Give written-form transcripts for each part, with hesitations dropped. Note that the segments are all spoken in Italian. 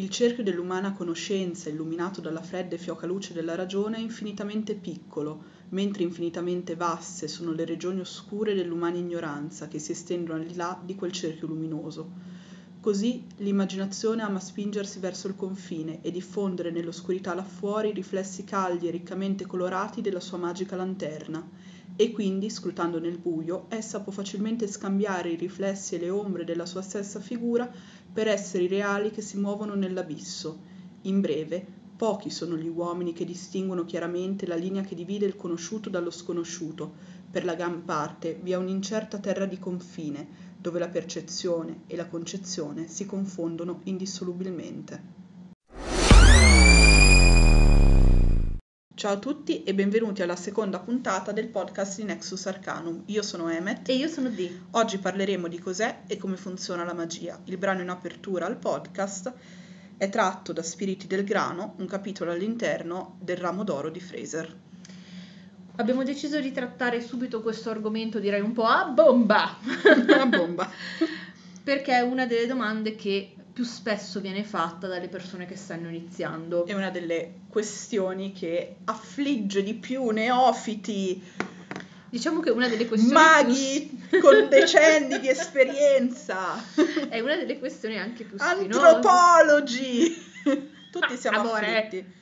Il cerchio dell'umana conoscenza, illuminato dalla fredda e fioca luce della ragione, è infinitamente piccolo, mentre infinitamente vaste sono le regioni oscure dell'umana ignoranza che si estendono al di là di quel cerchio luminoso. Così l'immaginazione ama spingersi verso il confine e diffondere nell'oscurità là fuori i riflessi caldi e riccamente colorati della sua magica lanterna, e quindi, scrutando nel buio, essa può facilmente scambiare i riflessi e le ombre della sua stessa figura per esseri reali che si muovono nell'abisso. In breve, pochi sono gli uomini che distinguono chiaramente la linea che divide il conosciuto dallo sconosciuto. Per la gran parte vi è un'incerta terra di confine, dove la percezione e la concezione si confondono indissolubilmente. Ciao a tutti e benvenuti alla seconda puntata del podcast di Nexus Arcanum. Io sono Emmet. E io sono Dee. Oggi parleremo di cos'è e come funziona la magia. Il brano in apertura al podcast è tratto da Spiriti del Grano, un capitolo all'interno del Ramo d'Oro di Fraser. Abbiamo deciso di trattare subito questo argomento, direi un po' a bomba! A bomba! Perché è una delle domande che più spesso viene fatta dalle persone che stanno iniziando. È una delle questioni che affligge di più neofiti, diciamo che una delle questioni maghi con decenni di esperienza, è una delle questioni anche più spinose. Antropologi! Tutti siamo amore. afflitti.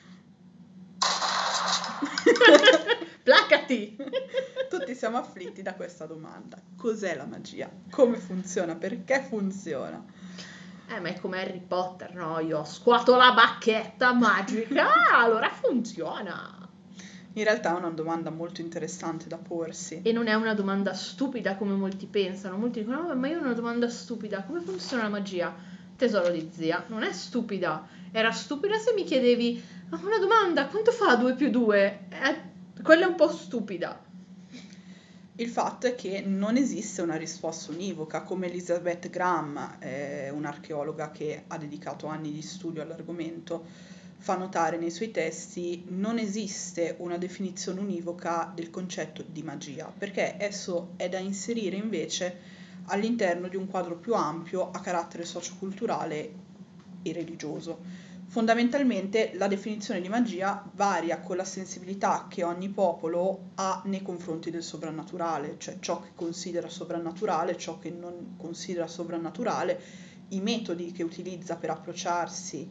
Placati! Tutti siamo afflitti da questa domanda. Cos'è la magia? Come funziona? Perché funziona? Ma è come Harry Potter, no? Io scuoto la bacchetta magica, allora funziona! In realtà è una domanda molto interessante da porsi. E non è una domanda stupida come molti pensano. Molti dicono, no, ma io ho una domanda stupida. Come funziona la magia? Tesoro di zia, non è stupida. Era stupida se mi chiedevi, una domanda, quanto fa 2 più 2? Quella è un po' stupida. Il fatto è che non esiste una risposta univoca, come Elizabeth Graham, un'archeologa che ha dedicato anni di studio all'argomento, fa notare nei suoi testi, non esiste una definizione univoca del concetto di magia, perché esso è da inserire invece all'interno di un quadro più ampio a carattere socioculturale e religioso. Fondamentalmente la definizione di magia varia con la sensibilità che ogni popolo ha nei confronti del sovrannaturale, cioè ciò che considera sovrannaturale, ciò che non considera sovrannaturale, i metodi che utilizza per approcciarsi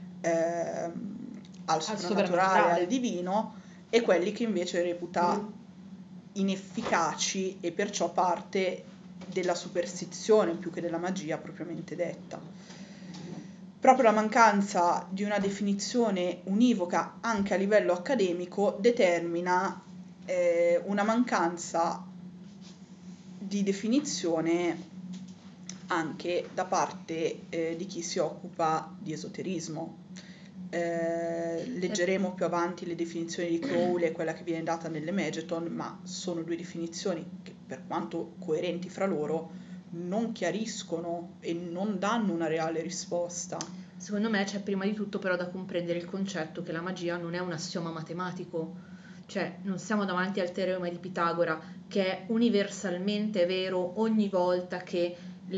al sovrannaturale, al divino, e quelli che invece reputa inefficaci e perciò parte della superstizione più che della magia propriamente detta. Proprio la mancanza di una definizione univoca anche a livello accademico determina una mancanza di definizione anche da parte di chi si occupa di esoterismo. Leggeremo più avanti le definizioni di Crowley e quella che viene data nelle Mageton, ma sono due definizioni che, per quanto coerenti fra loro, non chiariscono e non danno una reale risposta. Secondo me c'è prima di tutto però da comprendere il concetto che la magia non è un assioma matematico, cioè non siamo davanti al teorema di Pitagora che è universalmente vero ogni volta che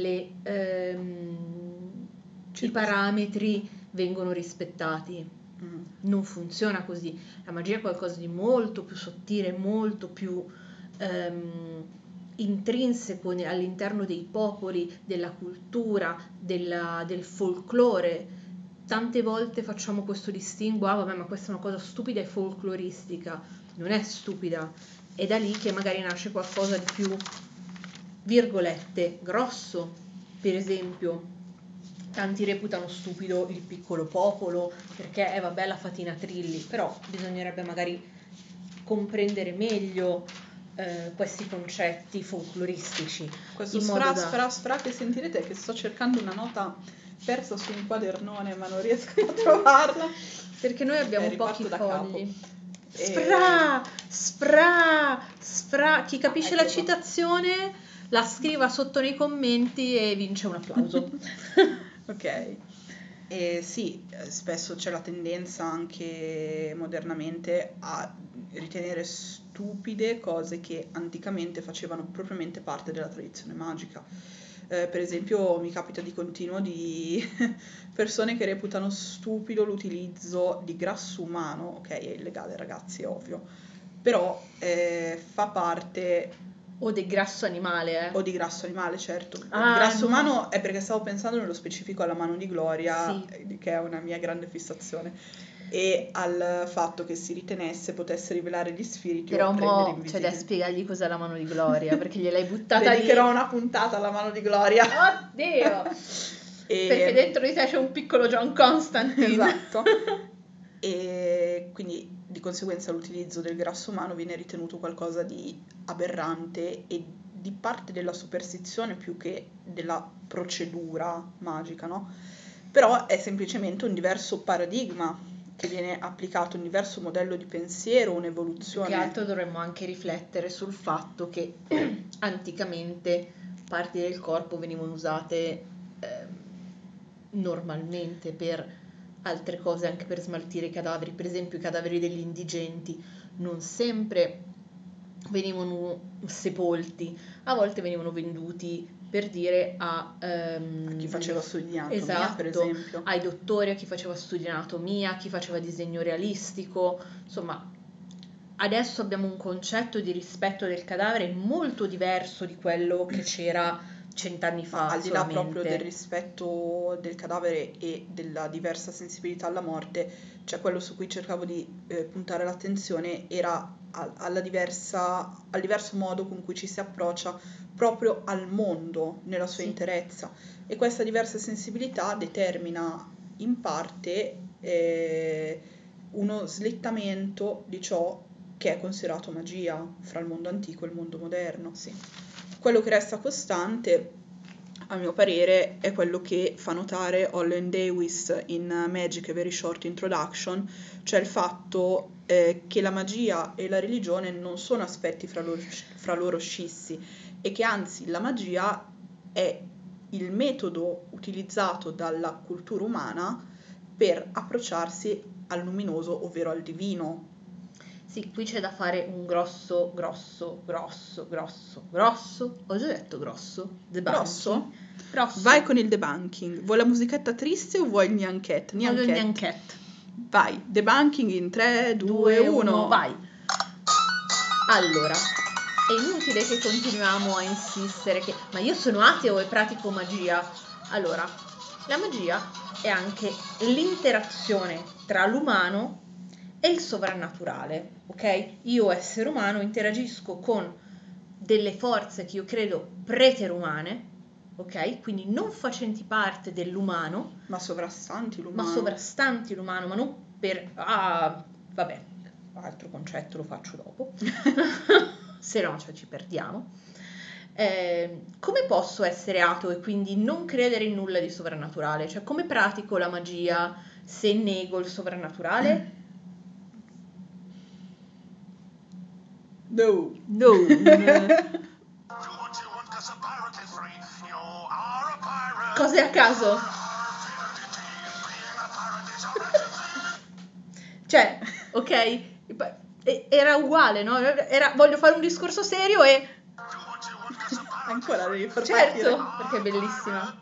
i parametri vengono rispettati. Non funziona così. La magia è qualcosa di molto più sottile, molto più intrinseco all'interno dei popoli, della cultura, del folklore. Tante volte facciamo questo distinguo, vabbè, ma questa è una cosa stupida e folcloristica. Non è stupida, è da lì che magari nasce qualcosa di più, virgolette, grosso. Per esempio, tanti reputano stupido il Piccolo Popolo perché vabbè la fatina Trilli, però bisognerebbe magari comprendere meglio questi concetti folcloristici. Questo sfra che sentirete è che sto cercando una nota persa su un quadernone ma non riesco a trovarla perché noi abbiamo pochi fogli. Spra. Chi capisce la citazione la scriva sotto nei commenti e vince un applauso. Ok. E sì, spesso c'è la tendenza anche modernamente a ritenere stupide cose che anticamente facevano propriamente parte della tradizione magica. Per esempio, mi capita di continuo di persone che reputano stupido l'utilizzo di grasso umano, ok, è illegale ragazzi, è ovvio, però fa parte O del grasso animale, o di grasso animale, certo. Di Ah, grasso no. umano è perché stavo pensando nello specifico alla mano di Gloria, Sì. che è una mia grande fissazione, e al fatto che si ritenesse potesse rivelare gli spiriti Però o rendere mo c'è da invisibili. spiegargli cos'è la mano di Gloria, perché gliel'hai buttata lì. Dedicherò una puntata alla mano di Gloria. Oddio! Perché dentro di te c'è un piccolo John Constantine. Esatto. E quindi di conseguenza l'utilizzo del grasso umano viene ritenuto qualcosa di aberrante e di parte della superstizione più che della procedura magica, no? Però è semplicemente un diverso paradigma che viene applicato, un diverso modello di pensiero, Più un'evoluzione. che altro dovremmo anche riflettere sul fatto che anticamente parti del corpo venivano usate normalmente per altre cose, anche per smaltire i cadaveri. Per esempio i cadaveri degli indigenti non sempre venivano sepolti, a volte venivano venduti per dire A chi faceva studi di anatomia, per esatto, esempio. ai dottori, a chi faceva studi di anatomia, a chi faceva disegno realistico, insomma. Adesso abbiamo un concetto di rispetto del cadavere molto diverso di quello che c'era 100 anni Ma fa al di là proprio solamente. del rispetto del cadavere e della diversa sensibilità alla morte, cioè quello su cui cercavo di puntare l'attenzione era al diverso modo con cui ci si approccia proprio al mondo nella sua Sì. interezza. E questa diversa sensibilità determina in parte uno slittamento di ciò che è considerato magia fra il mondo antico e il mondo moderno. Sì. Quello che resta costante, a mio parere, è quello che fa notare Holland Lewis in Magic: A Very Short Introduction, cioè il fatto che la magia e la religione non sono aspetti fra loro scissi e che anzi la magia è il metodo utilizzato dalla cultura umana per approcciarsi al luminoso, ovvero al divino. Sì, qui c'è da fare un grosso, ho già detto grosso, Grosso? grosso. Vai con il debunking. Vuoi la musichetta triste o vuoi il Nyanket? Voglio il Nyanket. Vai, debunking in 3, 2, 1. Vai. Allora, è inutile che continuiamo a insistere che ma io sono ateo e pratico magia. Allora, la magia è anche l'interazione tra l'umano e il sovrannaturale, ok? Io, essere umano, interagisco con delle forze che io credo preterumane, ok? Quindi non facenti parte dell'umano, Ma sovrastanti ma l'umano. sovrastanti l'umano, ma non per... Ah, vabbè, altro concetto lo faccio dopo, se no cioè, ci perdiamo. Come posso essere ateo e quindi non credere in nulla di sovrannaturale? Cioè, come pratico la magia se nego il sovrannaturale? No. Cose a caso. Cioè, ok, era uguale, no? Voglio fare un discorso serio e... Ancora devi far Certo, partire. perché è bellissima.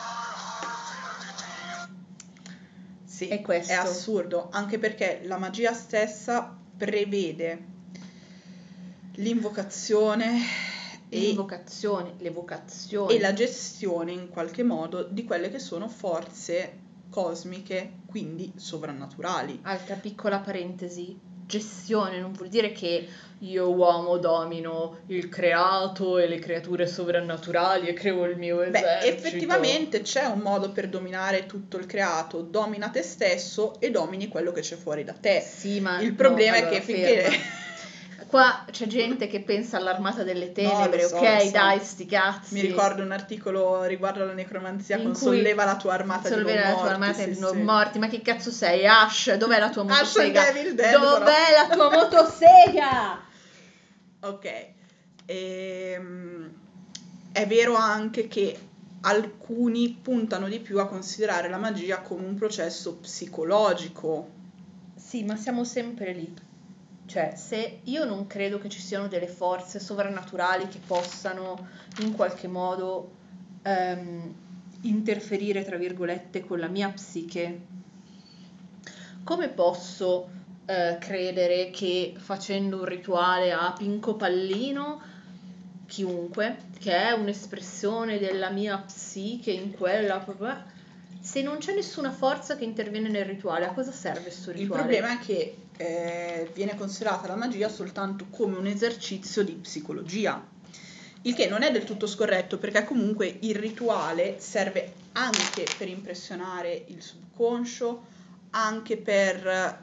Sì, È questo. è assurdo, anche perché la magia stessa prevede l'invocazione l'evocazione. e la gestione in qualche modo di quelle che sono forze cosmiche, quindi sovrannaturali. Altra piccola parentesi, gestione non vuol dire che io uomo domino il creato e le creature sovrannaturali e creo il mio Beh, esercito. effettivamente c'è un modo per dominare tutto il creato: domina te stesso e domini quello che c'è fuori da te. Sì, ma Il problema no, è che allora, finché... ferma. Qua c'è gente che pensa all'armata delle tenebre, No, lo ok? so. Dai, sti cazzi. Mi ricordo un articolo riguardo alla necromanzia In con cui solleva la tua armata di non solleva la tua morti. armata Sì, di non sì. morti. Ma che cazzo sei? Ash, dov'è la tua Ash motosega? and Evil Dead, Dov'è però. la tua motosega? Ok. È vero anche che alcuni puntano di più a considerare la magia come un processo psicologico. Sì, ma siamo sempre lì. Cioè, se io non credo che ci siano delle forze sovrannaturali che possano in qualche modo interferire, tra virgolette, con la mia psiche, come posso credere che facendo un rituale a Pinco Pallino, chiunque, che è un'espressione della mia psiche in quella, se non c'è nessuna forza che interviene nel rituale, a cosa serve sto Il rituale? problema è che viene considerata la magia soltanto come un esercizio di psicologia, il che non è del tutto scorretto, perché comunque il rituale serve anche per impressionare il subconscio, anche per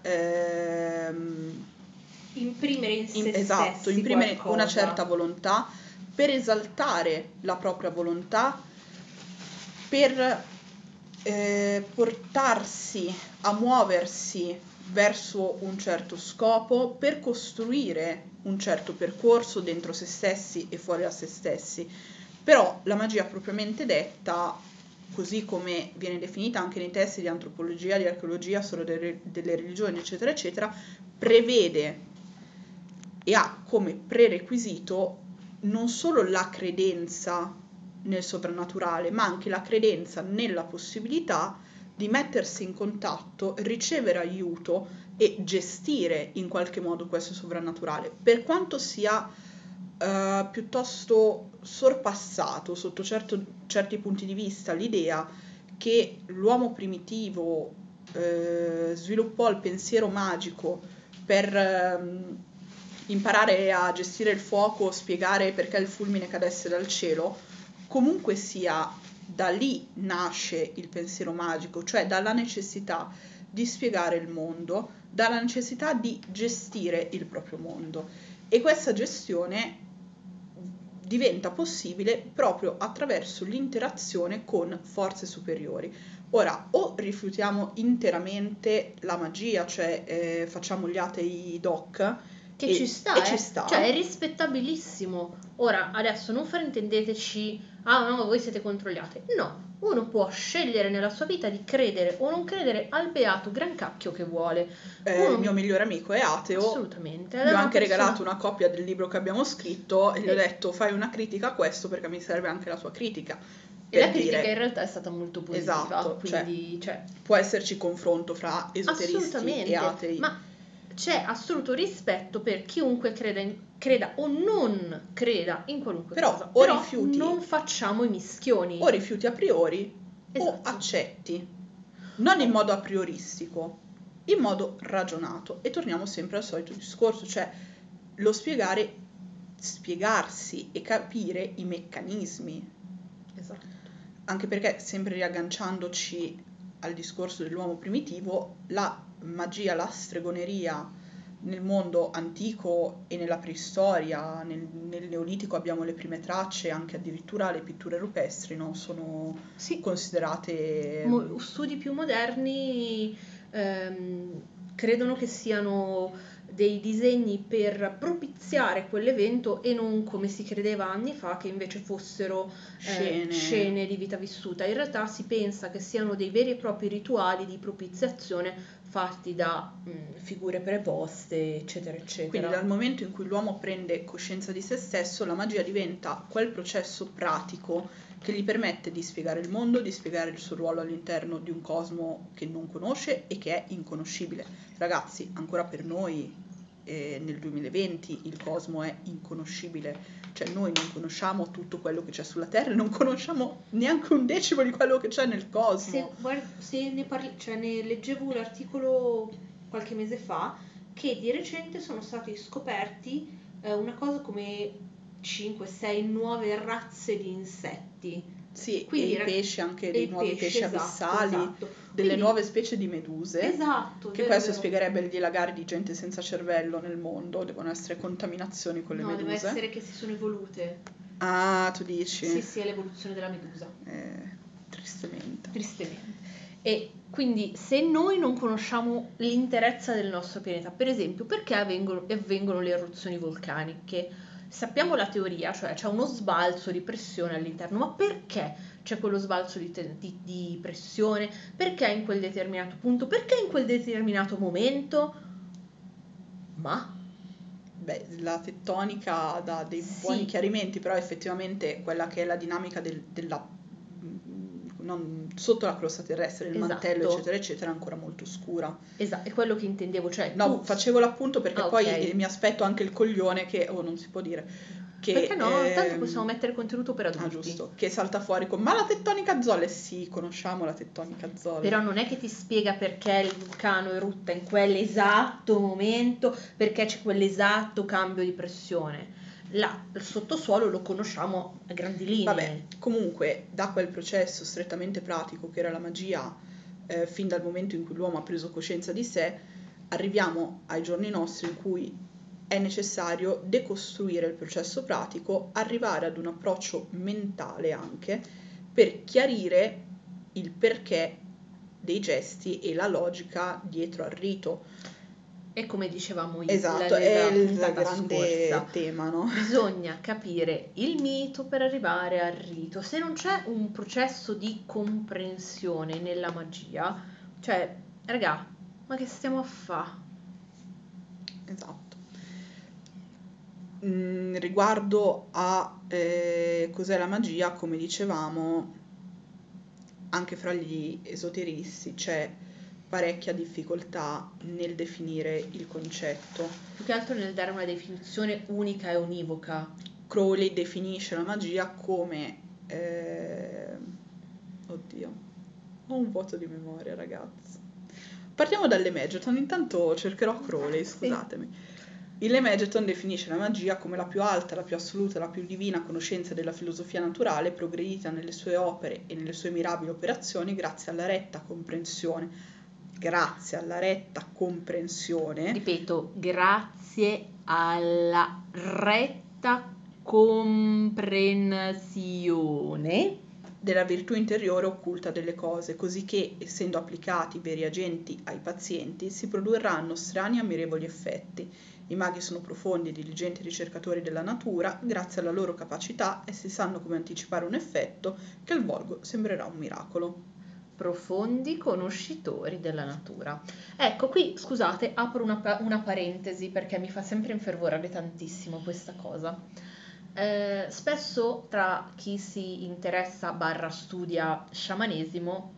imprimere in se esatto, stessi imprimere qualcosa. una certa volontà, per esaltare la propria volontà, per portarsi a muoversi verso un certo scopo, per costruire un certo percorso dentro se stessi e fuori da se stessi. Però la magia propriamente detta, così come viene definita anche nei testi di antropologia, di archeologia, storia delle religioni, eccetera, eccetera, prevede e ha come prerequisito non solo la credenza nel soprannaturale, ma anche la credenza nella possibilità di mettersi in contatto, ricevere aiuto e gestire in qualche modo questo soprannaturale, per quanto sia piuttosto sorpassato sotto certi punti di vista l'idea che l'uomo primitivo sviluppò il pensiero magico per imparare a gestire il fuoco, spiegare perché il fulmine cadesse dal cielo. Comunque sia, da lì nasce il pensiero magico, cioè dalla necessità di spiegare il mondo, dalla necessità di gestire il proprio mondo. E questa gestione diventa possibile proprio attraverso l'interazione con forze superiori. Ora, o rifiutiamo interamente la magia, cioè facciamo gli atei doc, che ci sta, ci sta. Cioè è rispettabilissimo. Ora, adesso non fraintendeteci, ah no, voi siete contro gli atei. No, uno può scegliere nella sua vita di credere o non credere al beato gran cacchio che vuole. Il mio migliore amico è ateo. Assolutamente. Gli ho anche regalato una copia del libro che abbiamo scritto e gli ho detto fai una critica a questo perché mi serve anche la sua critica. E la critica in realtà è stata molto positiva. Esatto, quindi, può esserci confronto fra esoteristi e atei. Ma c'è assoluto rispetto per chiunque creda o non creda in qualunque cosa. Però rifiuti, non facciamo i mischioni. O rifiuti a priori esatto. o accetti, non in modo a prioristico, in modo ragionato. E torniamo sempre al solito discorso, cioè lo spiegarsi e capire i meccanismi. Esatto. Anche perché, sempre riagganciandoci al discorso dell'uomo primitivo, la magia, la stregoneria nel mondo antico e nella preistoria, nel Neolitico abbiamo le prime tracce, anche addirittura le pitture rupestri, no? Sono considerate... Studi più moderni credono che siano dei disegni per propiziare quell'evento e non, come si credeva anni fa, che invece fossero scene di vita vissuta. In realtà si pensa che siano dei veri e propri rituali di propiziazione fatti da figure preposte, eccetera, eccetera. Quindi dal momento in cui l'uomo prende coscienza di se stesso, la magia diventa quel processo pratico che gli permette di spiegare il mondo, di spiegare il suo ruolo all'interno di un cosmo che non conosce e che è inconoscibile. Ragazzi, ancora per noi nel 2020 il cosmo è inconoscibile, cioè noi non conosciamo tutto quello che c'è sulla Terra, non conosciamo neanche un decimo di quello che c'è nel cosmo. Se ne leggevo l'articolo qualche mese fa che di recente sono stati scoperti una cosa come 5-6 nuove razze di insetti. Sì, quindi e i pesci, anche dei nuovi pesci abissali, delle quindi, nuove specie di meduse. Esatto. Che questo spiegherebbe il dilagare di gente senza cervello nel mondo, devono essere contaminazioni con le meduse. No, deve essere che si sono evolute. Ah, tu dici? Sì, è l'evoluzione della medusa. Tristemente. E quindi se noi non conosciamo l'interezza del nostro pianeta, per esempio, perché avvengono le eruzioni vulcaniche? sappiamo la teoria, cioè c'è uno sbalzo di pressione all'interno, ma perché c'è quello sbalzo di pressione? Perché in quel determinato punto? Perché in quel determinato momento? Ma Beh, la tettonica dà dei buoni sì, chiarimenti, però effettivamente quella che è la dinamica sotto la crosta terrestre, il mantello, esatto, eccetera, eccetera, è ancora molto scura. esatto, è quello che intendevo, cioè No, tu... facevo l'appunto perché Ah, poi ok. mi aspetto anche il coglione che, oh, non si può dire, Perché che, no? Tanto possiamo mettere contenuto per ah, adulti. giusto, che salta fuori con, ma la tettonica a zolle, sì, conosciamo la tettonica a zolle. Però non è che ti spiega perché il vulcano erutta in quell'esatto momento, perché c'è quell'esatto cambio di pressione. Là, il sottosuolo lo conosciamo a grandi Vabbè, linee. comunque, da quel processo strettamente pratico che era la magia, fin dal momento in cui l'uomo ha preso coscienza di sé, arriviamo ai giorni nostri in cui è necessario decostruire il processo pratico, arrivare ad un approccio mentale anche per chiarire il perché dei gesti e la logica dietro al rito. E come dicevamo Esatto, è nella il puntata grande scorsa, tema, no? bisogna capire il mito per arrivare al rito. Se non c'è un processo di comprensione nella magia, cioè, raga, ma che stiamo a fa'? Esatto. Riguardo a cos'è la magia, come dicevamo, anche fra gli esoteristi c'è parecchia difficoltà nel definire il concetto. Più che altro nel dare una definizione unica e univoca. Crowley definisce la magia come... oddio, ho un vuoto di memoria, ragazzi. Partiamo dalle Mageton, intanto cercherò Crowley, scusatemi. Il Lemegeton definisce la magia come la più alta, la più assoluta, la più divina conoscenza della filosofia naturale, progredita nelle sue opere e nelle sue mirabili operazioni grazie alla retta comprensione. Grazie alla retta comprensione. Ripeto, grazie alla retta comprensione Della virtù interiore occulta delle cose, così che, essendo applicati veri agenti ai pazienti, si produrranno strani e ammirevoli effetti. I maghi sono profondi e diligenti ricercatori della natura, grazie alla loro capacità essi sanno come anticipare un effetto che al volgo sembrerà un miracolo. profondi conoscitori della natura. Ecco, qui scusate, apro una parentesi perché mi fa sempre infervorare tantissimo questa cosa. Spesso tra chi si interessa barra studia sciamanesimo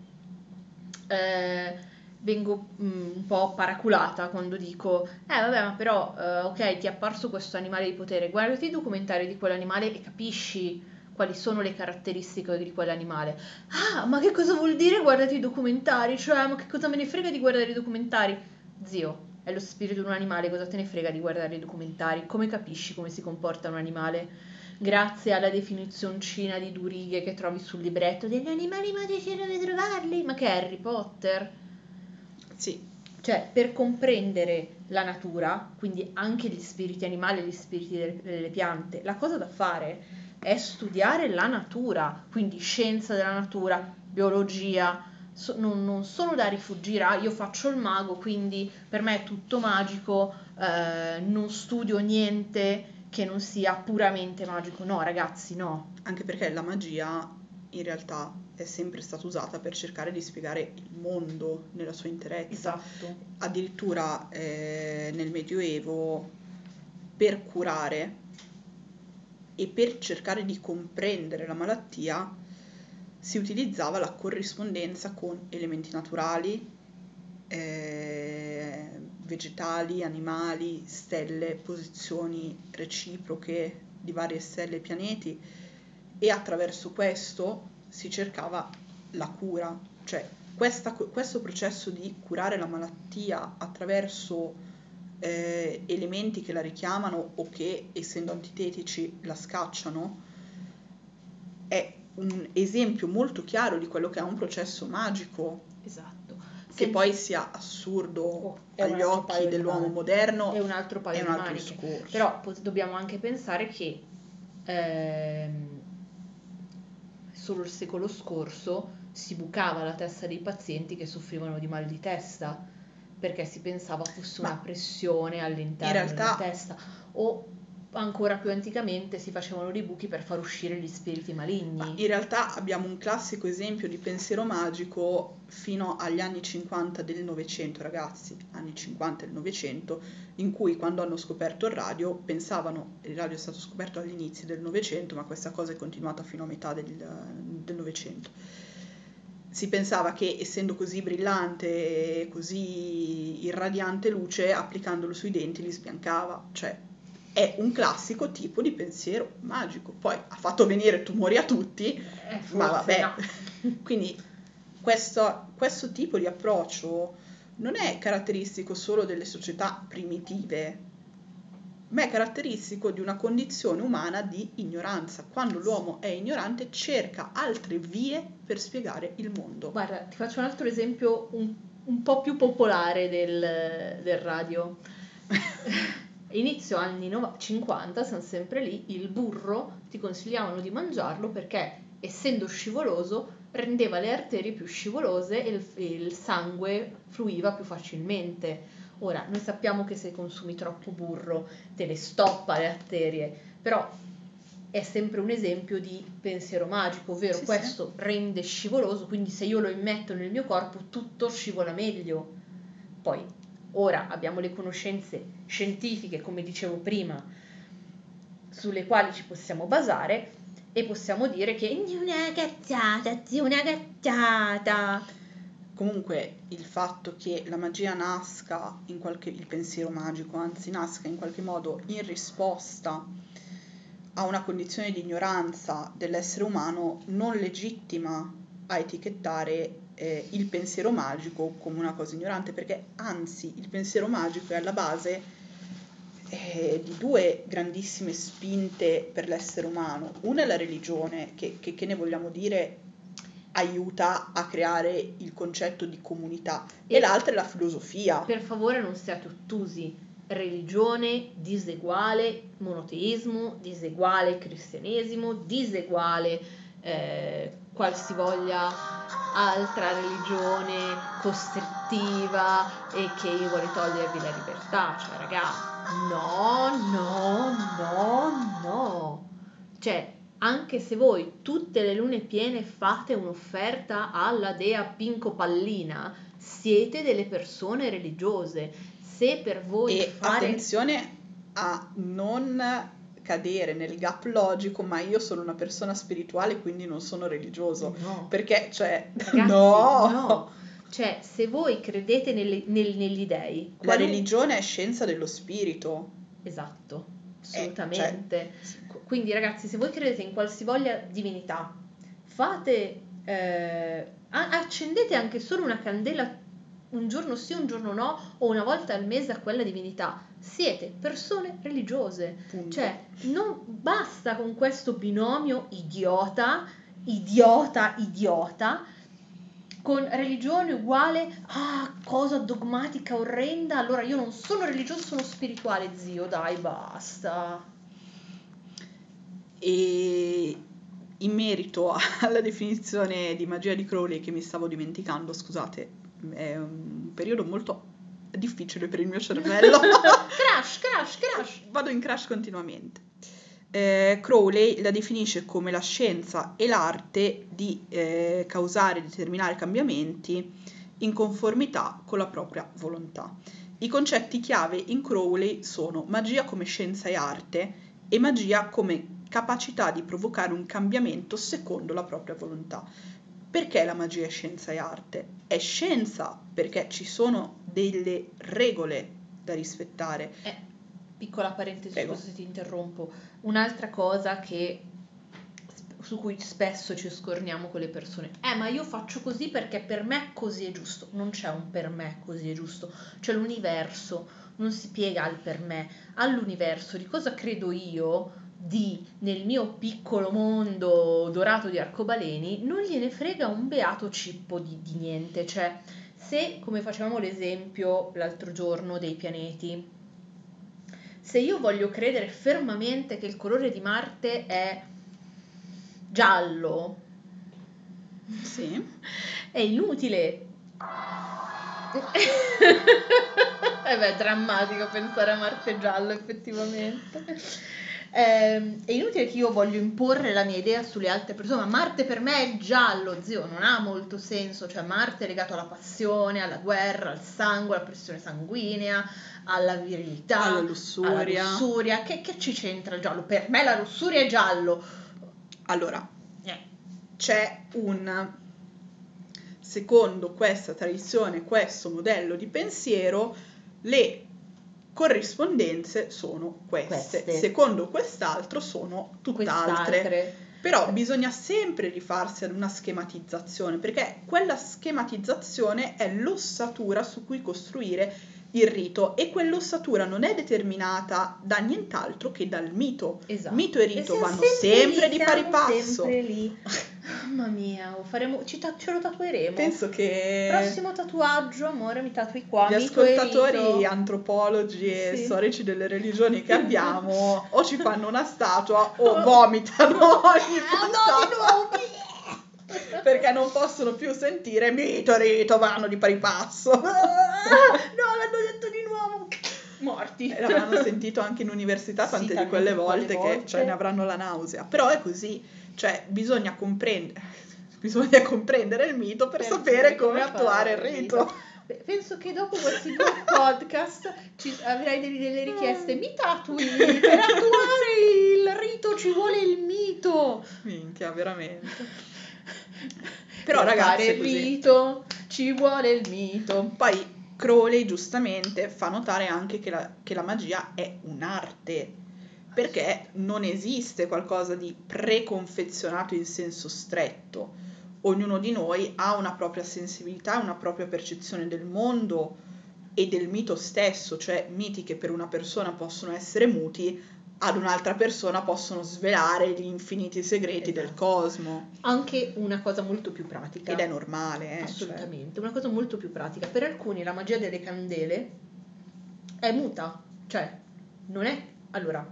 vengo un po' paraculata quando dico vabbè ma però ok ti è apparso questo animale di potere, guardati i documentari di quell'animale e capisci quali sono le caratteristiche di quell'animale. Ah, ma che cosa vuol dire guardati i documentari? Cioè, ma che cosa me ne frega di guardare i documentari? Zio, è lo spirito di un animale, cosa te ne frega di guardare i documentari? Come capisci come si comporta un animale? Grazie alla definizioncina di due righe che trovi sul libretto degli animali magici dove trovarli? Ma che è Harry Potter? Sì, Cioè, per comprendere la natura, quindi anche gli spiriti animali e gli spiriti delle piante, la cosa da fare è studiare la natura, quindi scienza della natura, biologia, non sono da rifuggire, io faccio il mago, quindi per me è tutto magico, non studio niente che non sia puramente magico. No, ragazzi, no. anche perché la magia in realtà è sempre stata usata per cercare di spiegare il mondo nella sua interezza. Esatto. Addirittura nel Medioevo, per curare e per cercare di comprendere la malattia si utilizzava la corrispondenza con elementi naturali, vegetali, animali, stelle, posizioni reciproche di varie stelle e pianeti, e attraverso questo si cercava la cura, cioè questo processo di curare la malattia attraverso elementi che la richiamano o che, essendo antitetici, la scacciano, è un esempio molto chiaro di quello che è un processo magico, Esatto. che poi sia assurdo È un agli altro paio occhi di dell'uomo maniche. moderno È un altro è paio un di altro maniche. discorso. Però dobbiamo anche pensare che solo il secolo scorso si bucava la testa dei pazienti che soffrivano di mal di testa perché si pensava fosse una Ma pressione in all'interno della realtà testa o ancora più anticamente si facevano dei buchi per far uscire gli spiriti maligni. In realtà abbiamo un classico esempio di pensiero magico fino agli anni 50 del Novecento, ragazzi, anni 50 del Novecento, in cui quando hanno scoperto il radio pensavano, il radio è stato scoperto all'inizio del Novecento, ma questa cosa è continuata fino a metà del Novecento. Si pensava che essendo così brillante e così irradiante luce, applicandolo sui denti li sbiancava, cioè è un classico tipo di pensiero magico. Poi ha fatto venire tumori a tutti, ma vabbè. No. Quindi questo tipo di approccio non è caratteristico solo delle società primitive, ma è caratteristico di una condizione umana di ignoranza. Quando l'uomo è ignorante cerca altre vie per spiegare il mondo. Guarda, ti faccio un altro esempio un po' più popolare del radio. Inizio anni 50, siamo sempre lì, il burro ti consigliavano di mangiarlo perché, essendo scivoloso, rendeva le arterie più scivolose e il sangue fluiva più facilmente. Ora, noi sappiamo che se consumi troppo burro te le stoppa le arterie, però è sempre un esempio di pensiero magico, ovvero Sì, questo rende scivoloso, quindi se io lo immetto nel mio corpo tutto scivola meglio. Poi, ora abbiamo le conoscenze scientifiche, come dicevo prima, sulle quali ci possiamo basare e possiamo dire che è una cazzata, zio, una cazzata. Comunque il fatto che la magia nasca il pensiero magico, anzi nasca in qualche modo in risposta a una condizione di ignoranza dell'essere umano non legittima a etichettare il pensiero magico come una cosa ignorante, perché anzi il pensiero magico è alla base di due grandissime spinte per l'essere umano. Una è la religione, che ne vogliamo dire, aiuta a creare il concetto di comunità, e l'altra è la filosofia. Per favore non siate ottusi, religione diseguale monoteismo, diseguale cristianesimo, diseguale qualsivoglia altra religione costrittiva e che vuole togliervi la libertà, cioè ragazzi, no, cioè anche se voi tutte le lune piene fate un'offerta alla dea Pinco Pallina, siete delle persone religiose. Se per voi E attenzione a non cadere nel gap logico, ma io sono una persona spirituale, quindi non sono religioso. No. Perché, cioè, Ragazzi, no. Cioè, se voi credete negli dei... La religione è scienza dello spirito. Esatto, assolutamente. Quindi ragazzi, se voi credete in qualsivoglia divinità, fate... accendete anche solo una candela un giorno sì, un giorno no, o una volta al mese a quella divinità. Siete persone religiose. Punto. Cioè, non basta con questo binomio idiota, con religione uguale a cosa dogmatica orrenda, allora io non sono religioso, sono spirituale, zio, dai, basta. E in merito alla definizione di magia di Crowley, che mi stavo dimenticando, scusate, è un periodo molto difficile per il mio cervello. Crash. Vado in crash continuamente. Crowley la definisce come la scienza e l'arte di causare e determinare cambiamenti in conformità con la propria volontà. I concetti chiave in Crowley sono magia come scienza e arte e magia come capacità di provocare un cambiamento secondo la propria volontà. Perché la magia è scienza e arte? È scienza perché ci sono delle regole da rispettare. Piccola parentesi, Prego. scusa se ti interrompo. Un'altra cosa su cui spesso ci scorniamo con le persone. Ma io faccio così perché per me così è giusto. Non c'è un per me così è giusto. Cioè l'universo non si piega al per me. All'universo di cosa credo io nel mio piccolo mondo dorato di arcobaleni non gliene frega un beato cippo di niente. Cioè se, come facevamo l'esempio l'altro giorno dei pianeti, se io voglio credere fermamente che il colore di Marte è giallo, sì, è inutile. È drammatico pensare a Marte giallo, effettivamente. È inutile che io voglio imporre la mia idea sulle altre persone, ma Marte per me è giallo, zio, non ha molto senso, cioè Marte è legato alla passione, alla guerra, al sangue, alla pressione sanguigea, alla virilità, alla lussuria. Che ci c'entra il giallo? Per me la lussuria è giallo. Allora, c'è secondo questa tradizione, questo modello di pensiero, le corrispondenze sono queste. Secondo quest'altro sono tutt'altre. Però bisogna sempre rifarsi ad una schematizzazione, perché quella schematizzazione è l'ossatura su cui costruire il rito, e quell'ossatura non è determinata da nient'altro che dal mito. Esatto. Mito e rito vanno sempre di pari passo. Sempre lì. Mamma mia, ce lo tatueremo. Penso che prossimo tatuaggio, amore, mi tatui qua. gli mito e ascoltatori rito. Antropologi e Sì. storici delle religioni che abbiamo o ci fanno una statua o vomitano ogni puntata. Perché non possono più sentire mito e rito vanno di pari passo. No, l'hanno detto di nuovo. Morti. L'avranno sentito anche in università tante di quelle volte che ne avranno la nausea. Però è così, cioè bisogna comprendere il mito per sapere come attuare il rito. Penso che dopo questi due podcast avrai delle richieste. Mi tatui, per attuare il rito ci vuole il mito. Minchia, veramente. Però ragazzi, fare il rito ci vuole il mito. Poi Crowley giustamente fa notare anche che la magia è un'arte, perché non esiste qualcosa di preconfezionato in senso stretto. Ognuno di noi ha una propria sensibilità, una propria percezione del mondo e del mito stesso, cioè miti che per una persona possono essere muti, ad un'altra persona possono svelare gli infiniti segreti del cosmo. Anche una cosa molto più pratica. Ed è normale, assolutamente, una cosa molto più pratica. Per alcuni la magia delle candele è muta, cioè non è, allora,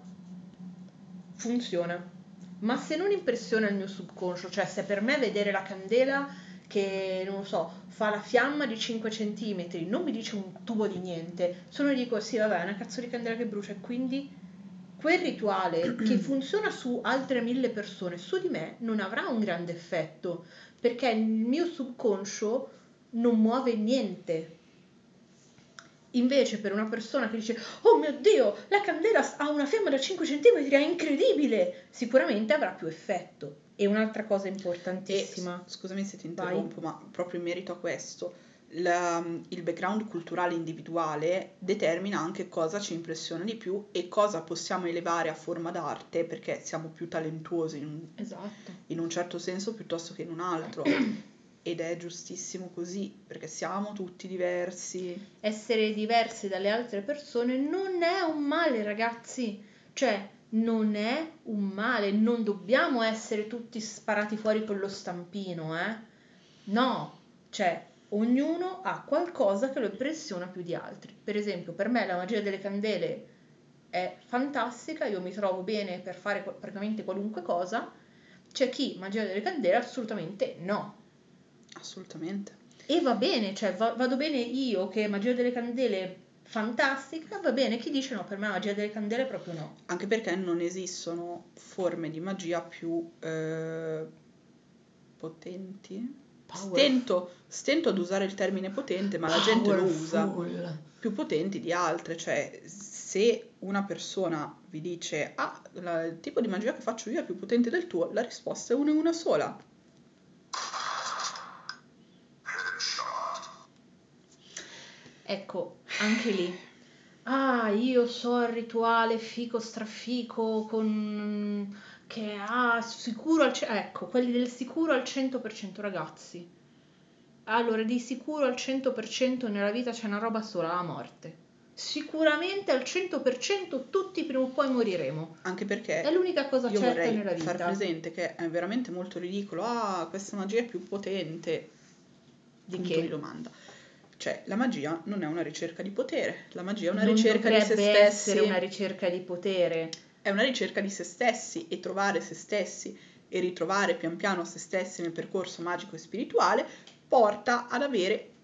funziona, ma se non impressiona il mio subconscio, cioè se per me vedere la candela che, non lo so, fa la fiamma di 5 centimetri, non mi dice un tubo di niente, solo dico sì vabbè è una cazzo di candela che brucia, e quindi quel rituale che funziona su altre 1000 persone, su di me non avrà un grande effetto, perché il mio subconscio non muove niente. Invece per una persona che dice oh mio Dio, la candela ha una fiamma da 5 cm, è incredibile, sicuramente avrà più effetto. E un'altra cosa importantissima, scusami se ti interrompo, ma proprio in merito a questo, il background culturale individuale determina anche cosa ci impressiona di più e cosa possiamo elevare a forma d'arte, perché siamo più talentuosi in un certo senso piuttosto che in un altro. Ed è giustissimo così, perché siamo tutti diversi. Essere diversi dalle altre persone non è un male, ragazzi, cioè non è un male, non dobbiamo essere tutti sparati fuori con lo stampino, no, cioè ognuno ha qualcosa che lo impressiona più di altri. Per esempio, per me la magia delle candele è fantastica, io mi trovo bene per fare praticamente qualunque cosa. C'è chi magia delle candele assolutamente no. Assolutamente. E va bene, cioè vado bene io che magia delle candele fantastica, va bene chi dice no, per me magia delle candele proprio no. Anche perché non esistono forme di magia più potenti. Stento ad usare il termine potente, ma la gente lo usa. Più potenti di altre, cioè se una persona vi dice il tipo di magia che faccio io è più potente del tuo, la risposta è una sola. Ecco, anche lì. Io so il rituale fico strafico con che sicuro ecco, quelli del sicuro al 100%, ragazzi. Allora, di sicuro al 100% nella vita c'è una roba sola, la morte. Sicuramente al 100% tutti prima o poi moriremo. Anche perché è l'unica cosa certa nella vita. Far presente che è veramente molto ridicolo. Questa magia è più potente. Di che? Di domanda. Cioè, la magia non è una ricerca di potere, la magia è una ricerca di se stessi. Non dovrebbe essere una ricerca di potere. È una ricerca di se stessi, e trovare se stessi e ritrovare pian piano se stessi nel percorso magico e spirituale porta ad avere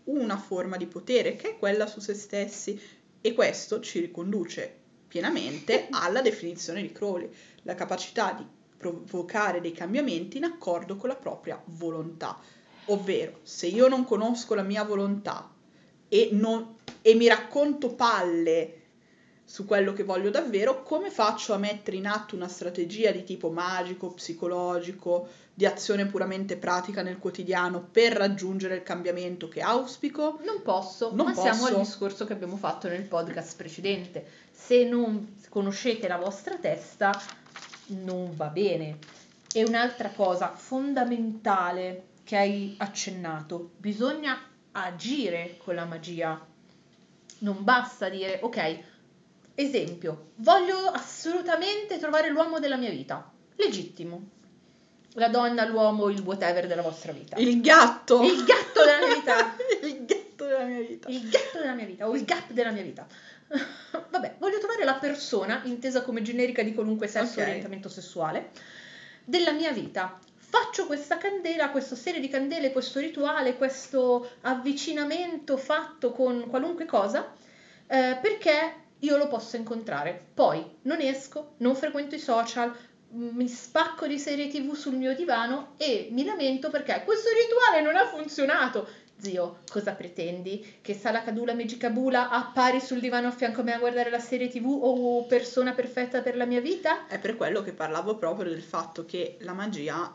una forma di potere che è quella su se stessi, e questo ci riconduce pienamente alla definizione di Crowley, la capacità di provocare dei cambiamenti in accordo con la propria volontà, ovvero se io non conosco la mia volontà e mi racconto palle su quello che voglio davvero, come faccio a mettere in atto una strategia di tipo magico, psicologico, di azione puramente pratica nel quotidiano per raggiungere il cambiamento che auspico? Non posso, Non ma siamo al posso. discorso che abbiamo fatto nel podcast precedente. Se non conoscete la vostra testa, non va bene. E un'altra cosa fondamentale che hai accennato, bisogna agire con la magia. Non basta dire, ok, esempio, voglio assolutamente trovare l'uomo della mia vita. Legittimo. La donna, l'uomo, il whatever della vostra vita. Il gatto! Il gatto della mia vita. Il gatto della mia vita. Il gatto della mia vita o il gap della mia vita. Vabbè, voglio trovare la persona, intesa come generica di qualunque sesso o Ok. orientamento sessuale, della mia vita. Faccio questa candela, questa serie di candele, questo rituale, questo avvicinamento fatto con qualunque cosa, perché io lo possa incontrare. Poi non esco, non frequento i social, mi spacco di serie TV sul mio divano e mi lamento perché questo rituale non ha funzionato. Zio, cosa pretendi? Che Sala Cadula Megicabula appari sul divano a fianco a me a guardare la serie TV o persona perfetta per la mia vita? È per quello che parlavo proprio del fatto che la magia,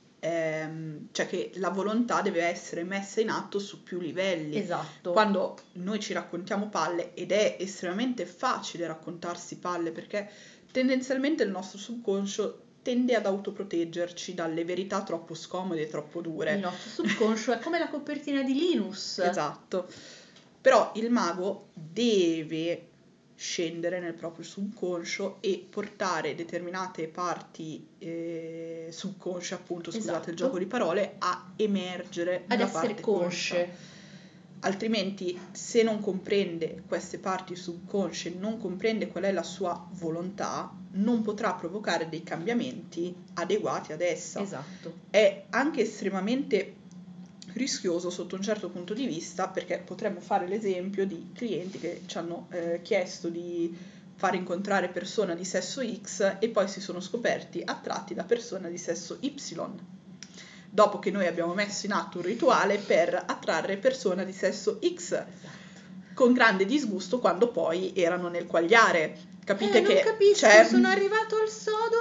cioè che la volontà deve essere messa in atto su più livelli. Esatto. Quando noi ci raccontiamo palle, ed è estremamente facile raccontarsi palle perché tendenzialmente il nostro subconscio tende ad autoproteggerci dalle verità troppo scomode e troppo dure. Il nostro subconscio è come la copertina di Linus. Esatto. Però il mago deve scendere nel proprio subconscio e portare determinate parti subconsce, appunto, scusate Esatto. il gioco di parole, a emergere Ad nella essere parte consce. conscia. Altrimenti, se non comprende queste parti subconsce, non comprende qual è la sua volontà, non potrà provocare dei cambiamenti adeguati ad essa. Esatto. È anche estremamente rischioso sotto un certo punto di vista, perché potremmo fare l'esempio di clienti che ci hanno chiesto di far incontrare persona di sesso X e poi si sono scoperti attratti da persona di sesso Y, dopo che noi abbiamo messo in atto un rituale per attrarre persona di sesso X, Esatto. con grande disgusto quando poi erano nel quagliare. Capite non che capisco, c'è sono arrivato al sodo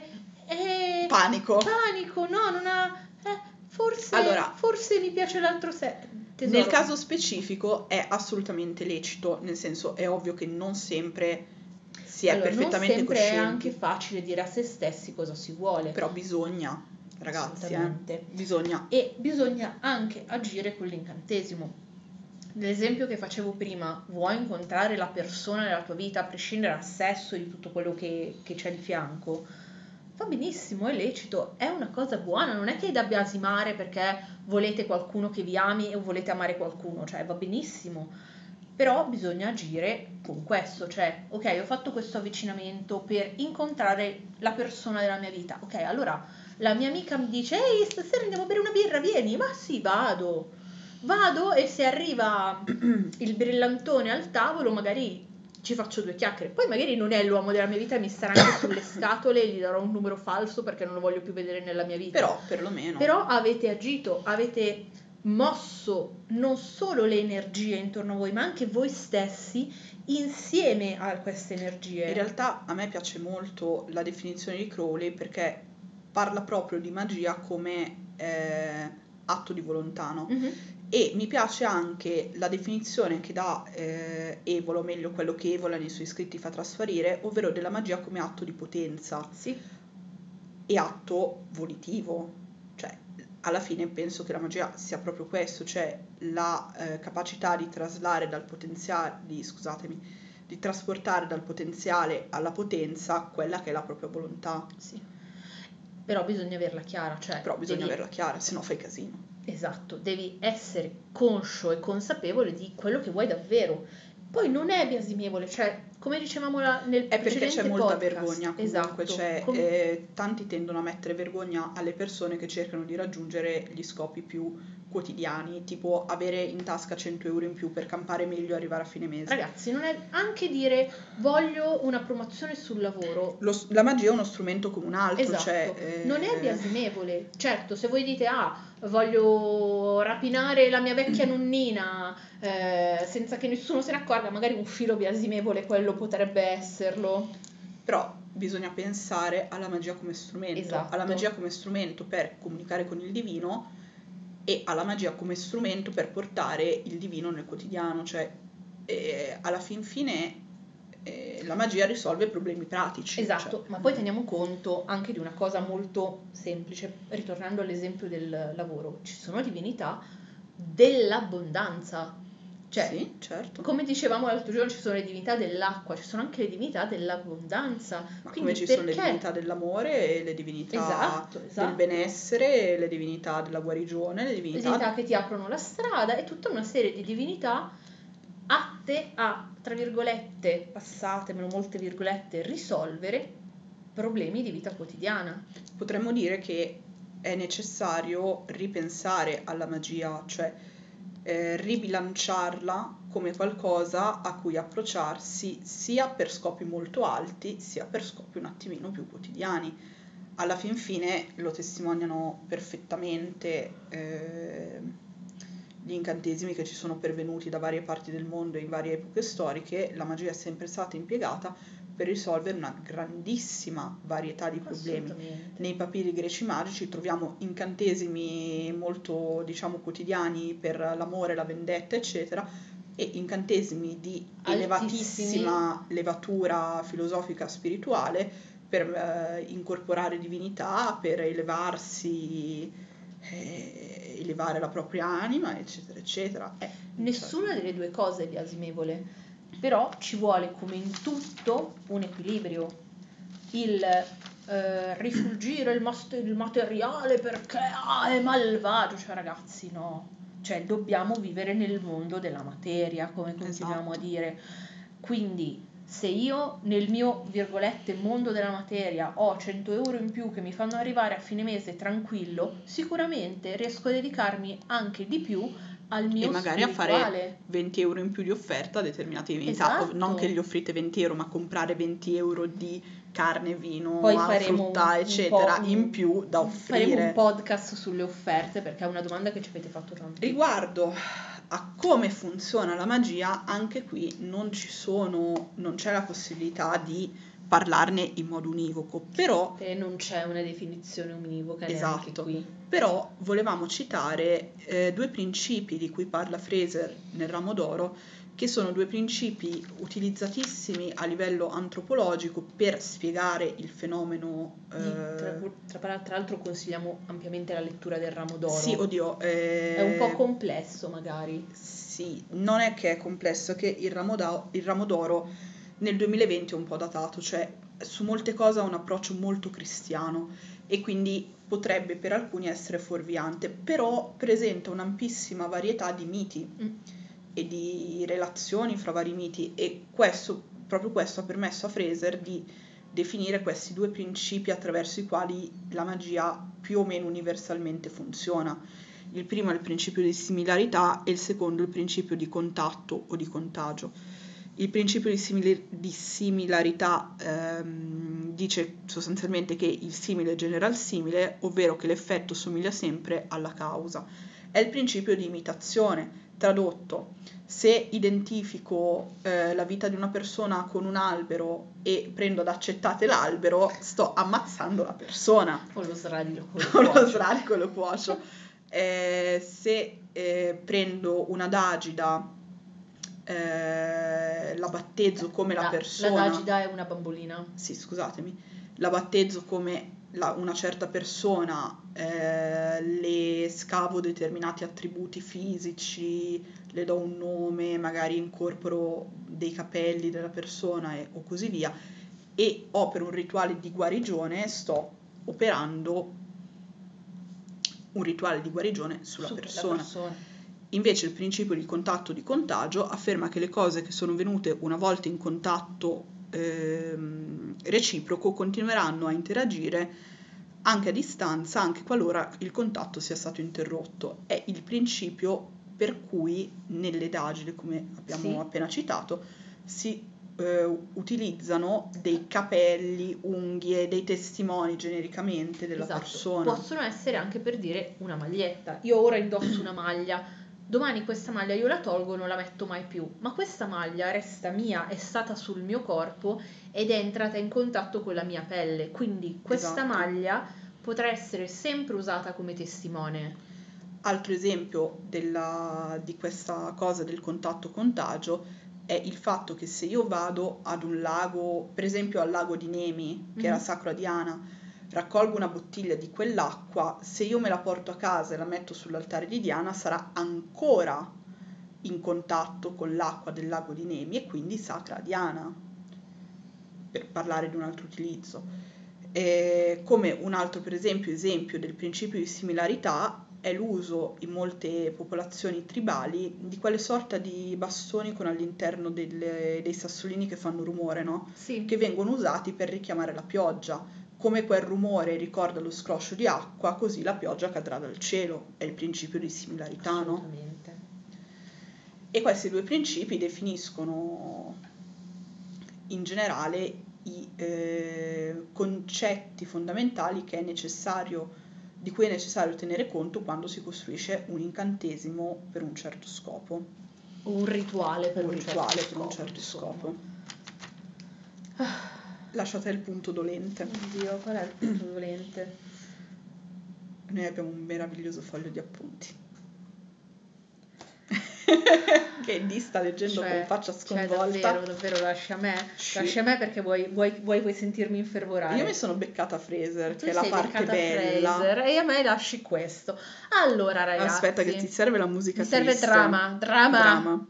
e panico. Panico, no, non ha... forse, Allora, forse mi piace l'altro tesoro. nel caso specifico è assolutamente lecito, nel senso è ovvio che non sempre si è Allora, perfettamente non sempre coscienti. è anche facile dire a se stessi cosa si vuole. Però bisogna, ragazzi, Assolutamente. bisogna. E bisogna anche agire con l'incantesimo. Nell'esempio che facevo prima, vuoi incontrare la persona nella tua vita a prescindere dal sesso e di tutto quello che c'è di fianco? Va benissimo, è lecito, è una cosa buona, non è che da biasimare perché volete qualcuno che vi ami o volete amare qualcuno, cioè va benissimo. Però bisogna agire con questo, cioè, ok, ho fatto questo avvicinamento per incontrare la persona della mia vita. Ok, allora la mia amica mi dice, ehi, stasera andiamo a bere una birra, vieni? Ma sì, vado. Vado e se arriva il brillantone al tavolo, magari ci faccio due chiacchiere. Poi magari non è l'uomo della mia vita, mi starà anche sulle scatole e gli darò un numero falso perché non lo voglio più vedere nella mia vita. Però, perlomeno. Però avete agito, avete mosso non solo le energie intorno a voi, ma anche voi stessi insieme a queste energie. In realtà a me piace molto la definizione di Crowley perché parla proprio di magia come atto di volontà, no? Mhm. E mi piace anche la definizione che dà Evola, o meglio quello che Evola nei suoi scritti fa trasparire, ovvero della magia come atto di potenza Sì, e atto volitivo. Cioè, alla fine penso che la magia sia proprio questo, cioè la capacità di traslare dal potenziale, di trasportare dal potenziale alla potenza quella che è la propria volontà. sì. Però bisogna averla chiara, cioè Però bisogna devi- averla chiara, se no fai casino. Esatto, devi essere conscio e consapevole di quello che vuoi davvero Poi non è biasimevole, cioè, come dicevamo nel È perché precedente c'è molta podcast. vergogna, comunque Esatto. c'è, tanti tendono a mettere vergogna alle persone che cercano di raggiungere gli scopi più quotidiani, tipo avere in tasca 100 euro in più per campare meglio e arrivare a fine mese. Ragazzi, non è anche dire voglio una promozione sul lavoro. La magia è uno strumento come un altro, Esatto, cioè, non è biasimevole. Certo, se voi dite voglio rapinare la mia vecchia nonnina senza che nessuno se ne accorga, magari un filo biasimevole quello potrebbe esserlo. Però bisogna pensare alla magia come strumento, Esatto. alla magia come strumento per comunicare con il divino e alla magia come strumento per portare il divino nel quotidiano, cioè alla fin fine la magia risolve problemi pratici. Esatto, cioè. ma poi teniamo conto anche di una cosa molto semplice, ritornando all'esempio del lavoro, ci sono divinità dell'abbondanza, cioè, sì, certo. come dicevamo l'altro giorno, ci sono le divinità dell'acqua, ci sono anche le divinità dell'abbondanza. Ma quindi come ci sono le divinità dell'amore e le divinità Esatto. del benessere, le divinità della guarigione, le divinità che ti aprono la strada e tutta una serie di divinità atte a, tra virgolette, passatemelo molte virgolette, risolvere problemi di vita quotidiana. Potremmo dire che è necessario ripensare alla magia, cioè ribilanciarla come qualcosa a cui approcciarsi sia per scopi molto alti sia per scopi un attimino più quotidiani. Alla fin fine lo testimoniano perfettamente gli incantesimi che ci sono pervenuti da varie parti del mondo in varie epoche storiche. La magia è sempre stata impiegata per risolvere una grandissima varietà di problemi. Nei papiri greci magici troviamo incantesimi molto, diciamo, quotidiani per l'amore, la vendetta, eccetera, e incantesimi di elevatissima levatura filosofica spirituale per incorporare divinità, per elevarsi, elevare la propria anima, eccetera, eccetera. Nessuna delle due cose è biasimevole. Però ci vuole, come in tutto, un equilibrio. Il rifulgire il materiale perché è malvagio, cioè ragazzi no, cioè dobbiamo vivere nel mondo della materia, come continuiamo a dire. Quindi se io nel mio virgolette mondo della materia ho 100 euro in più che mi fanno arrivare a fine mese tranquillo, sicuramente riesco a dedicarmi anche di più al mio e magari spirituale. A fare 20 euro in più di offerta a determinate divinità. Esatto. Non che gli offrite 20 euro, ma comprare 20 euro di carne, vino, Poi faremo frutta, eccetera, in più da offrire. Faremo un podcast sulle offerte perché è una domanda che ci avete fatto tanto. Riguardo a come funziona la magia, anche qui non c'è la possibilità di parlarne in modo univoco, però non c'è una definizione univoca esatto, neanche qui. Però volevamo citare due principi di cui parla Fraser nel Ramo d'Oro, che sono due principi utilizzatissimi a livello antropologico per spiegare il fenomeno. Tra l'altro consigliamo ampiamente la lettura del Ramo d'Oro. Sì, oddio. È un po' complesso magari. Sì, non è che è complesso, è che il Ramo d'Oro nel 2020 è un po' datato, cioè su molte cose ha un approccio molto cristiano e quindi potrebbe per alcuni essere fuorviante, però presenta un'ampissima varietà di miti e di relazioni fra vari miti, e proprio questo ha permesso a Fraser di definire questi due principi attraverso i quali la magia più o meno universalmente funziona. Il primo è il principio di similarità e il secondo il principio di contatto o di contagio. Il principio di similarità dice sostanzialmente che il simile genera il simile, ovvero che l'effetto somiglia sempre alla causa. È il principio di imitazione. Tradotto, se identifico la vita di una persona con un albero e prendo ad accettate l'albero, sto ammazzando la persona. O lo sradico e lo cuocio. Se prendo un'adagida, la battezzo come la persona. L'adagida è una bambolina. Sì, scusatemi. La battezzo come una certa persona, le scavo determinati attributi fisici, le do un nome, magari incorporo dei capelli della persona o così via, e opero un rituale di guarigione, sto operando un rituale di guarigione sulla persona. Invece il principio di contatto di contagio afferma che le cose che sono venute una volta in contatto reciproco continueranno a interagire anche a distanza, anche qualora il contatto sia stato interrotto. È il principio per cui nelle Dagili, come abbiamo appena citato, si utilizzano dei capelli, unghie, dei testimoni genericamente della persona. Possono essere anche per dire una maglietta. Io ora indosso una maglia, domani questa maglia io la tolgo, non la metto mai più, ma questa maglia resta mia, è stata sul mio corpo ed è entrata in contatto con la mia pelle, quindi questa maglia potrà essere sempre usata come testimone. Altro esempio di questa cosa del contatto contagio è il fatto che se io vado ad un lago, per esempio al lago di Nemi, che era sacro a Diana, raccolgo una bottiglia di quell'acqua, se io me la porto a casa e la metto sull'altare di Diana sarà ancora in contatto con l'acqua del lago di Nemi e quindi sacra a Diana, per parlare di un altro utilizzo. Come un altro per esempio del principio di similarità è l'uso in molte popolazioni tribali di quelle sorta di bastoni con all'interno dei sassolini che fanno rumore, no? Sì. Che vengono usati per richiamare la pioggia. Come quel rumore ricorda lo scroscio di acqua, così la pioggia cadrà dal cielo. È il principio di similarità, Assolutamente. no? E questi due principi definiscono in generale i concetti fondamentali di cui è necessario tenere conto quando si costruisce un incantesimo per un certo scopo. Un rituale per un certo scopo. Lasciate il punto dolente. Oddio, qual è il punto dolente? Noi abbiamo un meraviglioso foglio di appunti. Che Dee sta leggendo con faccia sconvolta. Davvero, lascia a me perché vuoi sentirmi infervorare. Io mi sono beccata Fraser, che è la parte bella. Fraser, e a me lasci questo. Allora, ragazzi. Aspetta che ti serve la musica triste. Mi serve drama.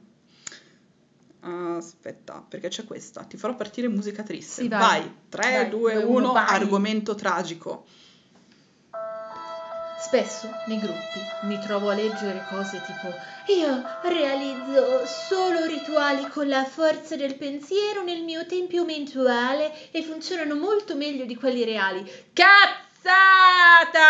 Aspetta, perché c'è questa. Ti farò partire musica triste. Sì, vai. 3, 2, 1, argomento tragico. Spesso nei gruppi mi trovo a leggere cose tipo: io realizzo solo rituali con la forza del pensiero nel mio tempio mentale e funzionano molto meglio di quelli reali. Cazzata!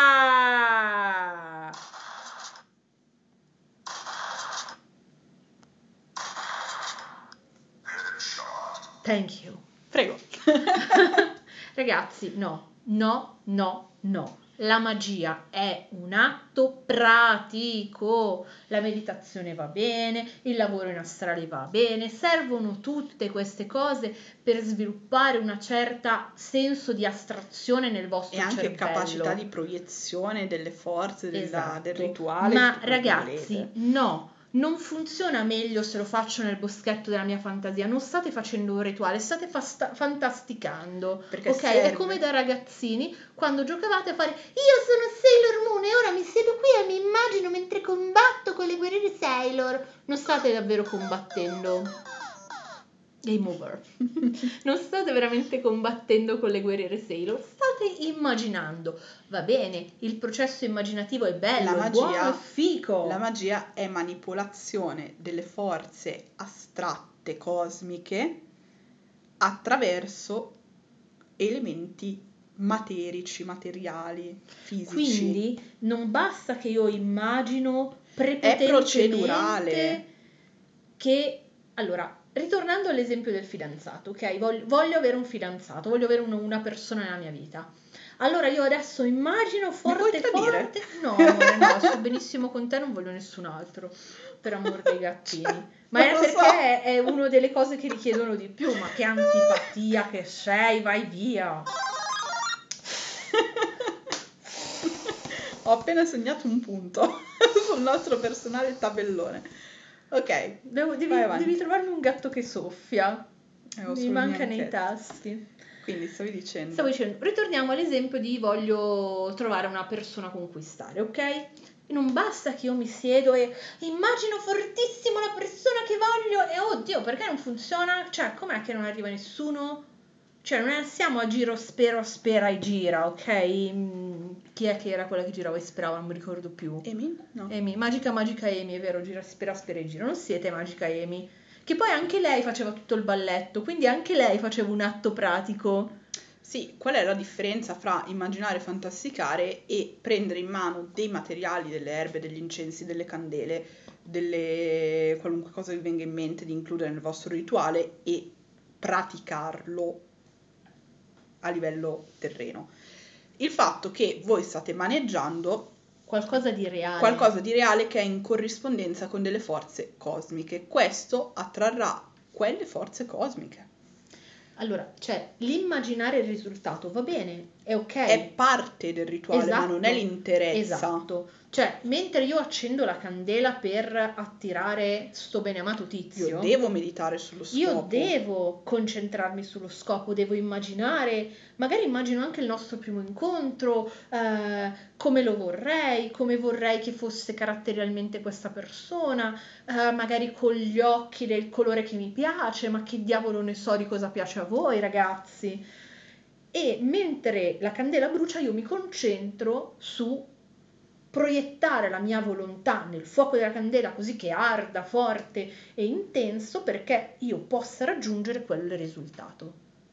Thank you. Prego. Ragazzi, no. La magia è un atto pratico, la meditazione va bene, il lavoro in astrale va bene, servono tutte queste cose per sviluppare una certa senso di astrazione nel vostro cervello. E anche capacità di proiezione delle forze del rituale. Ma ragazzi, no. Non funziona meglio se lo faccio nel boschetto della mia fantasia. Non state facendo un rituale, state fantasticando. Perché ok? serve. È come da ragazzini quando giocavate a fare: io sono Sailor Moon e ora mi siedo qui e mi immagino mentre combatto con le guerriere Sailor. Non state davvero combattendo. Game over. Non state veramente combattendo con le guerriere Sailor, state immaginando. Va bene, il processo immaginativo è bello, è buono, è fico. La magia è manipolazione delle forze astratte cosmiche attraverso elementi materici, materiali, fisici. Quindi non basta che io immagino prepotentemente, è procedurale. Che allora, ritornando all'esempio del fidanzato, ok? Voglio avere un fidanzato, voglio avere una persona nella mia vita. Allora io adesso immagino forte. No, amore, no, sto benissimo con te, non voglio nessun altro, per amor dei gattini. Ma è perché è una delle cose che richiedono di più. Ma che antipatia che sei, vai via. Ho appena segnato un punto sul nostro personale tabellone. Ok, devi trovarmi un gatto che soffia. Mi mancano i tasti. Quindi stavo dicendo, ritorniamo all'esempio di voglio trovare una persona a conquistare, ok? E non basta che io mi siedo e immagino fortissimo la persona che voglio e oddio, perché non funziona? Cioè, com'è che non arriva nessuno? Cioè, non siamo a giro spera e gira, ok? Chi è che era quella che girava e sperava? Non mi ricordo più. Amy? No. Amy, magica Amy, è vero, gira, spera e gira. Non siete magica Amy. Che poi anche lei faceva tutto il balletto, quindi anche lei faceva un atto pratico. Sì, qual è la differenza fra immaginare e fantasticare e prendere in mano dei materiali, delle erbe, degli incensi, delle candele, qualunque cosa vi venga in mente di includere nel vostro rituale e praticarlo a livello terreno. Il fatto che voi state maneggiando qualcosa di reale che è in corrispondenza con delle forze cosmiche. Questo attrarrà quelle forze cosmiche. Allora, cioè, l'immaginare il risultato va bene, è ok. È parte del rituale, ma non è l'interezza. Esatto. Cioè, mentre io accendo la candela per attirare sto beneamato tizio, Io devo meditare sullo scopo. io devo concentrarmi sullo scopo, devo immaginare, magari immagino anche il nostro primo incontro, come lo vorrei, come vorrei che fosse caratterialmente questa persona, magari con gli occhi del colore che mi piace, ma che diavolo ne so di cosa piace a voi, ragazzi. E mentre la candela brucia io mi concentro su proiettare la mia volontà nel fuoco della candela così che arda forte e intenso perché io possa raggiungere quel risultato.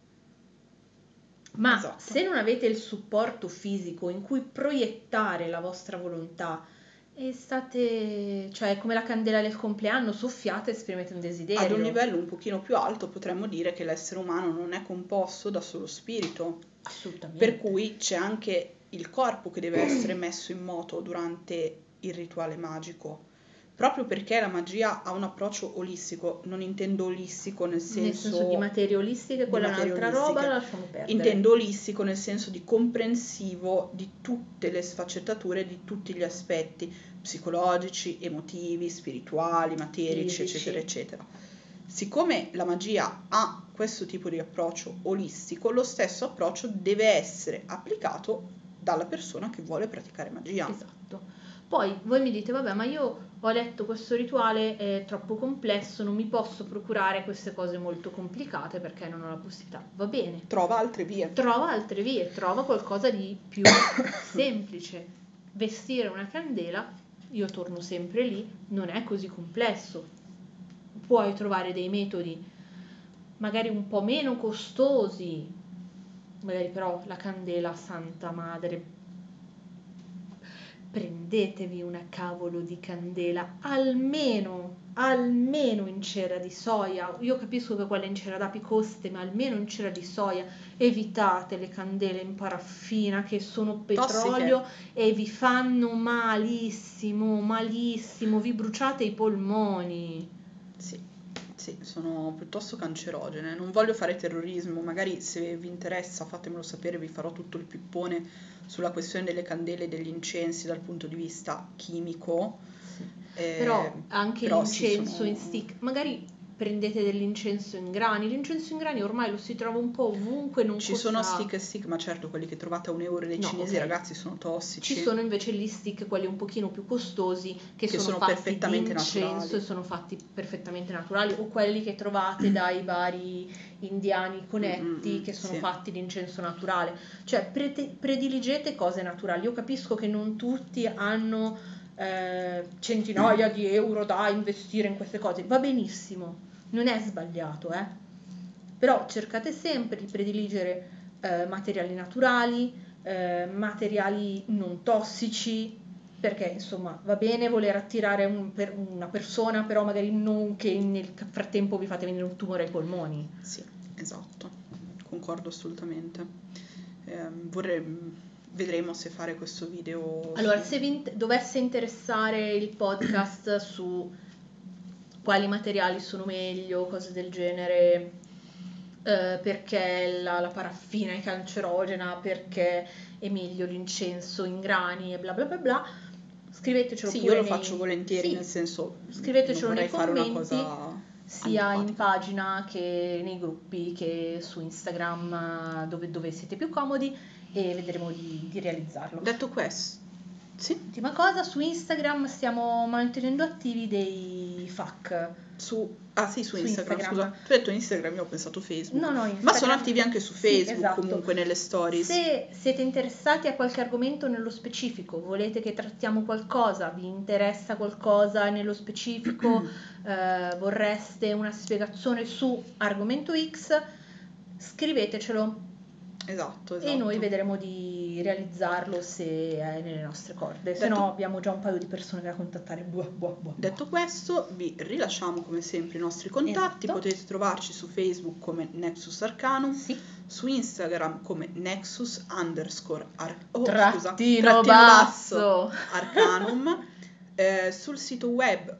Ma Esatto. se non avete il supporto fisico in cui proiettare la vostra volontà e state, cioè come la candela del compleanno, soffiate e esprimete un desiderio. Ad un livello un pochino più alto potremmo dire che l'essere umano non è composto da solo spirito. Assolutamente. Per cui c'è anche il corpo che deve essere messo in moto durante il rituale magico. Proprio perché la magia ha un approccio olistico, non intendo olistico nel senso di materie olistiche, quella è un'altra roba, la lasciamo perdere. Intendo olistico nel senso di comprensivo di tutte le sfaccettature, di tutti gli aspetti psicologici, emotivi, spirituali, materici, Fisici. eccetera, eccetera. Siccome la magia ha questo tipo di approccio olistico, lo stesso approccio deve essere applicato dalla persona che vuole praticare magia. Esatto. Poi voi mi dite, vabbè, ma io ho letto questo rituale, è troppo complesso, non mi posso procurare queste cose molto complicate perché non ho la possibilità. Va bene. Trova altre vie. Trova qualcosa di più semplice. Vestire una candela, io torno sempre lì, non è così complesso. Puoi trovare dei metodi magari un po' meno costosi, magari però la candela Santa Madre, prendetevi una cavolo di candela almeno in cera di soia. Io capisco che quella in cera d'api coste, ma almeno in cera di soia. Evitate le candele in paraffina che sono petrolio Tossiche. e vi fanno malissimo, vi bruciate i polmoni. Sì, sono piuttosto cancerogene. Non voglio fare terrorismo, magari se vi interessa fatemelo sapere, vi farò tutto il pippone sulla questione delle candele e degli incensi dal punto di vista chimico. Sì. Però anche l'incenso sono... in stick, magari prendete dell'incenso in grani. L'incenso in grani ormai lo si trova un po' ovunque, non Ci costa... sono stick e stick, ma certo quelli che trovate a €1 dai cinesi, ok. ragazzi, sono tossici. Ci sono invece gli stick, quelli un pochino più costosi, che sono fatti perfettamente di incenso naturali. e sono fatti perfettamente naturali, o quelli che trovate dai vari indiani conetti, che sono fatti di incenso naturale. Cioè prediligete cose naturali. Io capisco che non tutti hanno centinaia di euro da investire in queste cose, va benissimo, non è sbagliato, però cercate sempre di prediligere materiali naturali, materiali non tossici, perché insomma va bene voler attirare una persona, però magari non che nel frattempo vi fate venire un tumore ai polmoni. Sì, esatto, concordo assolutamente. Vedremo se fare questo video. Allora, se vi dovesse interessare il podcast su quali materiali sono meglio, cose del genere, perché la paraffina è cancerogena, perché è meglio l'incenso in grani e bla bla bla bla, scrivetecelo Sì, pure io lo faccio volentieri, nel senso, scrivetecelo non nei vorrei fare una commenti, cosa sia in antipatica. pagina che nei gruppi che su Instagram, dove siete più comodi, e vedremo di realizzarlo. Detto questo, Sì. Ultima cosa, su Instagram stiamo mantenendo attivi dei FAQ. Su Su Instagram, Instagram. scusa. Tu hai detto Instagram, io ho pensato Facebook. No, Ma Instagram. sono attivi anche su Sì, Facebook, esatto. comunque nelle stories. Se siete interessati a qualche argomento nello specifico, volete che trattiamo qualcosa, vi interessa qualcosa nello specifico, vorreste una spiegazione su argomento X, scrivetecelo. Esatto. E noi vedremo di realizzarlo se è nelle nostre corde, se Detto- no abbiamo già un paio di persone da contattare. Detto questo, vi rilasciamo come sempre i nostri contatti. Esatto. Potete trovarci su Facebook come Nexus Arcanum, Sì. su Instagram come Trattino basso. Arcanum, sul sito web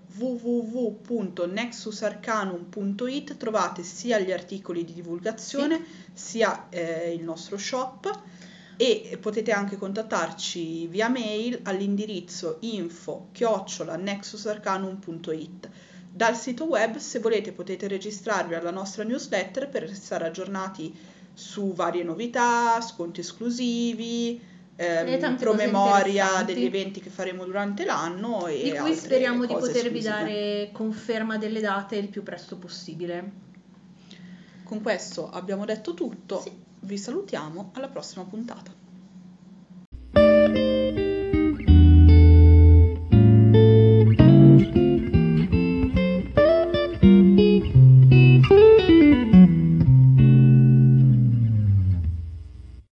www.nexusarcanum.it trovate sia gli articoli di divulgazione sia il nostro shop, e potete anche contattarci via mail all'indirizzo info@nexusarcanum.it. Dal sito web, se volete, potete registrarvi alla nostra newsletter per restare aggiornati su varie novità, sconti esclusivi, E tante promemoria cose degli interessanti, eventi che faremo durante l'anno e di cui altre speriamo di cose potervi esclusive. dare conferma delle date il più presto possibile. Con questo abbiamo detto tutto, Sì. vi salutiamo, alla prossima puntata.